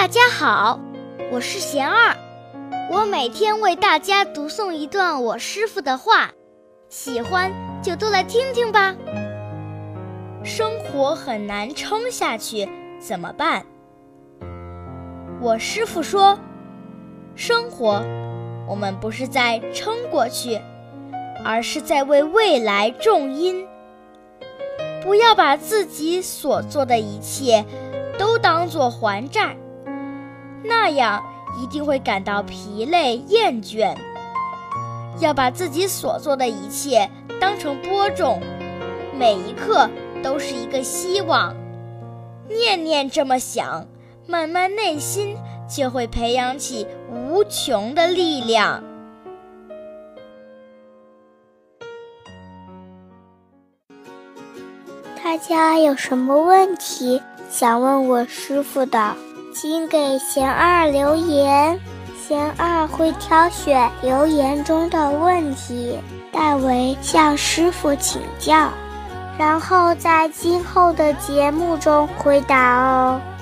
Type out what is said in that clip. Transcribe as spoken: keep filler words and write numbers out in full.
大家好，我是贤二，我每天为大家读诵一段我师父的话，喜欢就都来听听吧。生活很难撑下去，怎么办？我师父说，生活，我们不是在撑过去，而是在为未来种因。不要把自己所做的一切都当作还债，那样一定会感到疲累厌倦。要把自己所做的一切当成播种，每一刻都是一个希望。念念这么想，慢慢内心就会培养起无穷的力量。 大家有什么问题想问我师父的，请给贤二留言，贤二会挑选留言中的问题，代为向师父请教，然后在今后的节目中回答哦。